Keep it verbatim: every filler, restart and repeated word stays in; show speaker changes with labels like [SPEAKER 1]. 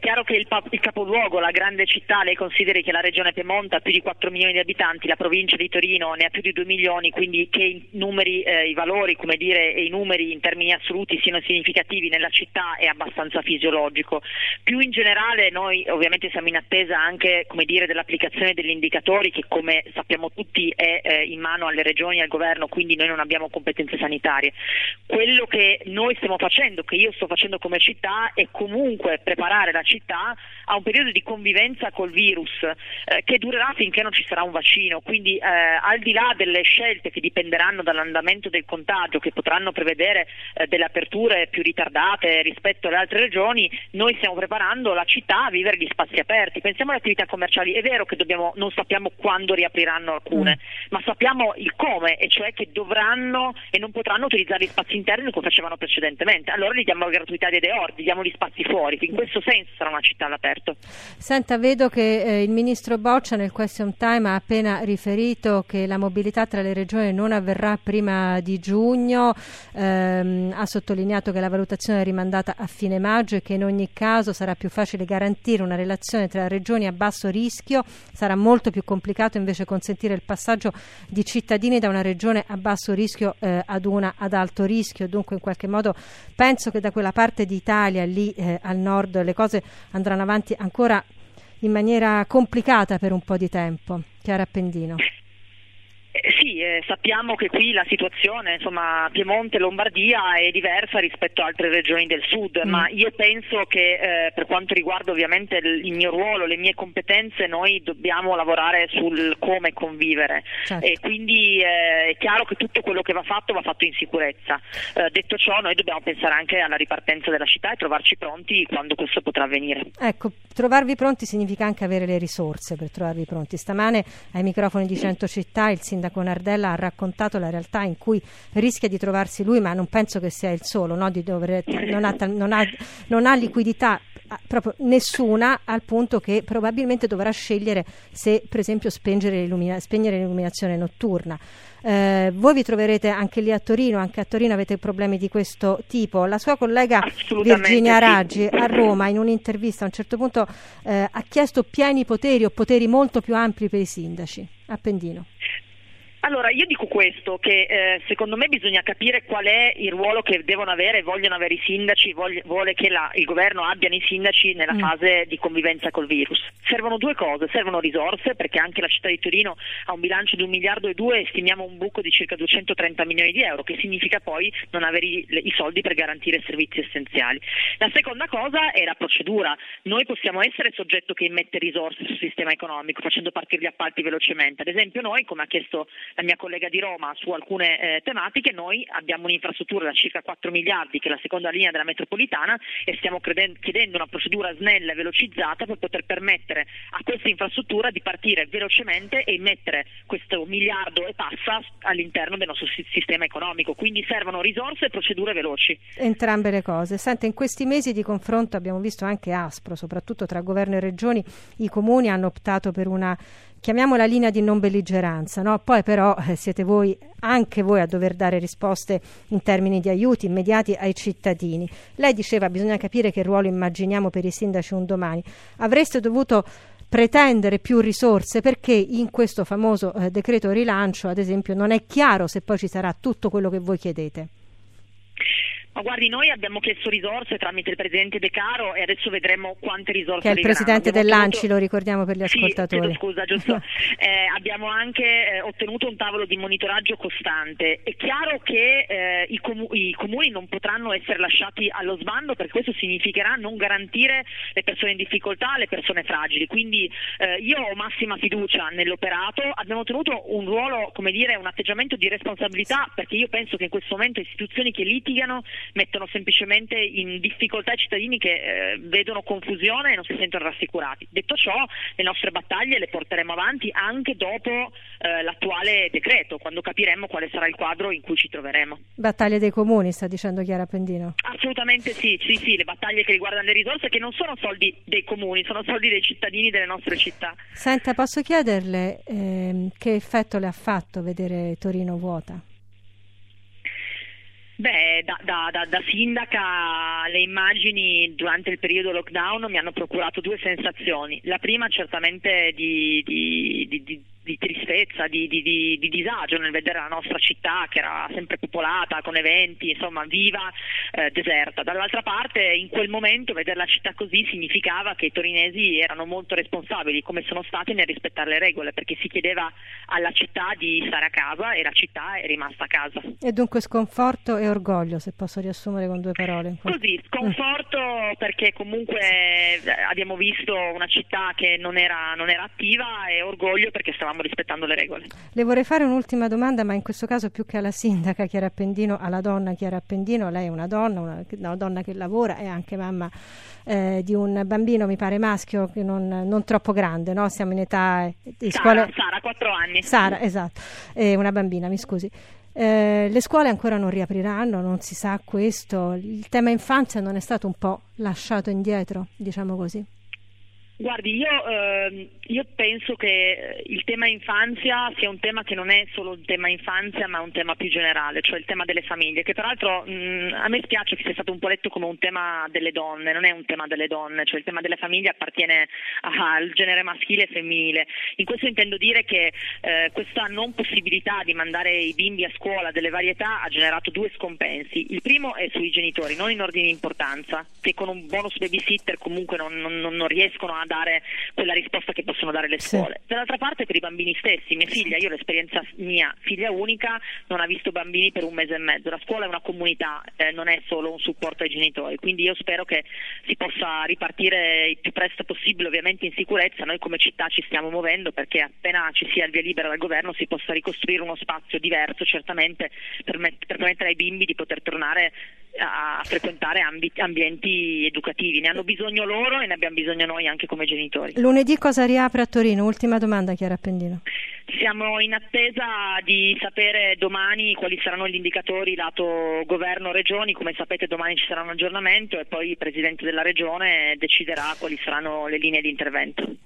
[SPEAKER 1] chiaro che il, il capoluogo, la grande città, lei consideri che la regione Piemonte ha più di quattro milioni di abitanti, la provincia di Torino ne ha più di due milioni, quindi che i numeri, eh, i valori, come dire, e i numeri in termini assoluti siano significativi nella città è abbastanza fisiologico. Più in generale noi ovviamente siamo in attesa anche, come dire, dell'applicazione degli indicatori che, come sappiamo tutti, è eh, in mano alle regioni e al governo, quindi noi non abbiamo competenze sanitarie. Quello che noi stiamo facendo, che io sto facendo come città, è comunque preparare la città a un periodo di convivenza col virus eh, che durerà finché non ci sarà un vaccino, quindi eh, al di là delle scelte che dipenderanno dall'andamento del contagio, che potranno prevedere eh, delle aperture più ritardate rispetto alle altre regioni, noi stiamo preparando la città a vivere gli spazi aperti. Pensiamo alle attività commerciali, è vero che dobbiamo, non sappiamo quando riapriranno alcune, mm. ma sappiamo il come, e cioè che dovranno e non potranno utilizzare gli spazi interni come facevano precedentemente. Allora gli diamo la gratuità dei deor, gli diamo gli spazi fuori, in questo senso sarà una città all'aperto.
[SPEAKER 2] Senta, vedo che eh, il ministro Boccia nel question time ha appena riferito che la mobilità tra le regioni non avverrà prima di giugno, ehm, ha sottolineato che la valutazione è rimandata a fine maggio e che in ogni caso sarà più facile garantire una relazione tra regioni a basso rischio, sarà molto più complicato invece consentire il passaggio di cittadini da una regione a basso rischio eh, ad una ad alto rischio. Dunque in qualche modo penso che da quella parte d'Italia lì eh, al nord le cose andranno avanti ancora in maniera complicata per un po' di tempo. Chiara Appendino.
[SPEAKER 1] Eh, sì, eh, sappiamo che qui la situazione, insomma, Piemonte e Lombardia è diversa rispetto a altre regioni del sud, mm. ma io penso che eh, per quanto riguarda ovviamente il, il mio ruolo, le mie competenze, noi dobbiamo lavorare sul come convivere, certo. E quindi eh, è chiaro che tutto quello che va fatto va fatto in sicurezza. Eh, detto ciò, noi dobbiamo pensare anche alla ripartenza della città e trovarci pronti quando questo potrà avvenire.
[SPEAKER 2] Ecco, trovarvi pronti significa anche avere le risorse per trovarvi pronti. Stamane ai microfoni di Cento Città il sindaco Nardella ha raccontato la realtà in cui rischia di trovarsi lui, ma non penso che sia il solo, no? Di dover, non, ha, non, ha, non ha liquidità proprio nessuna, al punto che probabilmente dovrà scegliere se per esempio spengere, l'illumina, spegnere l'illuminazione notturna. Eh, voi vi troverete anche lì a Torino, anche a Torino avete problemi di questo tipo. La sua collega Virginia Raggi sì. a Roma in un'intervista a un certo punto eh, ha chiesto pieni poteri o poteri molto più ampli per i sindaci. Appendino.
[SPEAKER 1] Allora, io dico questo, che eh, secondo me bisogna capire qual è il ruolo che devono avere e vogliono avere i sindaci, voglia, vuole che la, il governo abbiano i sindaci nella mm. fase di convivenza col virus. Servono due cose, servono risorse, perché anche la città di Torino ha un bilancio di un miliardo e due e stimiamo un buco di circa duecentotrenta milioni di euro, che significa poi non avere i, i soldi per garantire servizi essenziali. La seconda cosa è la procedura. Noi possiamo essere il soggetto che immette risorse sul sistema economico, facendo partire gli appalti velocemente. Ad esempio noi, come ha chiesto la mia collega di Roma su alcune eh, tematiche, noi abbiamo un'infrastruttura da circa quattro miliardi, che è la seconda linea della metropolitana, e stiamo creden- chiedendo una procedura snella e velocizzata per poter permettere a questa infrastruttura di partire velocemente e mettere questo miliardo e passa all'interno del nostro si- sistema economico. Quindi servono risorse e procedure veloci.
[SPEAKER 2] Entrambe le cose. Senta, in questi mesi di confronto abbiamo visto anche aspro, soprattutto tra governo e regioni, i comuni hanno optato per una, chiamiamola linea di non belligeranza, no? Poi però eh, siete voi, anche voi, a dover dare risposte in termini di aiuti immediati ai cittadini. Lei diceva bisogna capire che ruolo immaginiamo per i sindaci un domani. Avreste dovuto pretendere più risorse, perché in questo famoso eh, decreto rilancio, ad esempio, non è chiaro se poi ci sarà tutto quello che voi chiedete.
[SPEAKER 1] Ma guardi, noi abbiamo chiesto risorse tramite il presidente De Caro e adesso vedremo quante risorse
[SPEAKER 2] che è il presidente dell'Anci, lo ricordiamo per gli ascoltatori.
[SPEAKER 1] Sì, scusa, giusto. eh, abbiamo anche eh, ottenuto un tavolo di monitoraggio costante. È chiaro che eh, i, comu- i comuni non potranno essere lasciati allo sbando, perché questo significherà non garantire le persone in difficoltà, le persone fragili. Quindi eh, io ho massima fiducia nell'operato. Abbiamo tenuto un ruolo, come dire, un atteggiamento di responsabilità, perché io penso che in questo momento istituzioni che litigano mettono semplicemente in difficoltà i cittadini che eh, vedono confusione e non si sentono rassicurati. Detto ciò, le nostre battaglie le porteremo avanti anche dopo eh, l'attuale decreto, quando capiremo quale sarà il quadro in cui ci troveremo.
[SPEAKER 2] Battaglie dei comuni, sta dicendo Chiara Appendino?
[SPEAKER 1] Assolutamente sì, sì, sì, le battaglie che riguardano le risorse, che non sono soldi dei comuni, sono soldi dei cittadini delle nostre città.
[SPEAKER 2] Senta, posso chiederle eh, che effetto le ha fatto vedere Torino vuota?
[SPEAKER 1] Beh, da, da, da, da sindaca le immagini durante il periodo lockdown mi hanno procurato due sensazioni. La prima certamente di, di, di, di di tristezza, di, di, di, di disagio nel vedere la nostra città che era sempre popolata con eventi, insomma viva, eh, deserta. Dall'altra parte in quel momento vedere la città così significava che i torinesi erano molto responsabili, come sono stati, nel rispettare le regole, perché si chiedeva alla città di stare a casa e la città è rimasta a casa.
[SPEAKER 2] E dunque sconforto e orgoglio, se posso riassumere con due parole.
[SPEAKER 1] Così, sconforto mm. perché comunque abbiamo visto una città che non era, non era attiva, e orgoglio perché stavamo rispettando le regole.
[SPEAKER 2] Le vorrei fare un'ultima domanda, ma in questo caso più che alla sindaca Chiara Appendino, alla donna Chiara Appendino. Lei è una donna, una, una donna che lavora, è anche mamma eh, di un bambino, mi pare maschio, che non, non troppo grande, no? Siamo in età di
[SPEAKER 1] Sara,
[SPEAKER 2] scuole...
[SPEAKER 1] Sara, quattro anni.
[SPEAKER 2] Sara, esatto, è una bambina, mi scusi. Eh, le scuole ancora non riapriranno, non si sa questo. Il tema infanzia non è stato un po' lasciato indietro, diciamo così?
[SPEAKER 1] Guardi, io, eh, io penso che il tema infanzia sia un tema che non è solo un tema infanzia, ma un tema più generale, cioè il tema delle famiglie, che peraltro mh, a me spiace che sia stato un po' letto come un tema delle donne. Non è un tema delle donne, cioè il tema delle famiglie appartiene al genere maschile e femminile. In questo intendo dire che eh, questa non possibilità di mandare i bimbi a scuola delle varie età ha generato due scompensi. Il primo è sui genitori, non in ordine di importanza, che con un bonus babysitter comunque non, non, non riescono a dare quella risposta che possono dare le scuole. Sì. Dall'altra parte per i bambini stessi, mia figlia, io l'esperienza mia, figlia unica, non ha visto bambini per un mese e mezzo. La scuola è una comunità, eh, non è solo un supporto ai genitori, quindi io spero che si possa ripartire il più presto possibile, ovviamente in sicurezza. Noi come città ci stiamo muovendo perché appena ci sia il via libera dal governo si possa ricostruire uno spazio diverso, certamente per, met- per permettere ai bimbi di poter tornare a frequentare ambi- ambienti educativi. Ne hanno bisogno loro e ne abbiamo bisogno noi anche come genitori.
[SPEAKER 2] Lunedì cosa riapre a Torino? Ultima domanda, Chiara Appendino.
[SPEAKER 1] Siamo in attesa di sapere domani quali saranno gli indicatori lato governo-regioni. Come sapete domani ci sarà un aggiornamento e poi il Presidente della Regione deciderà quali saranno le linee di intervento.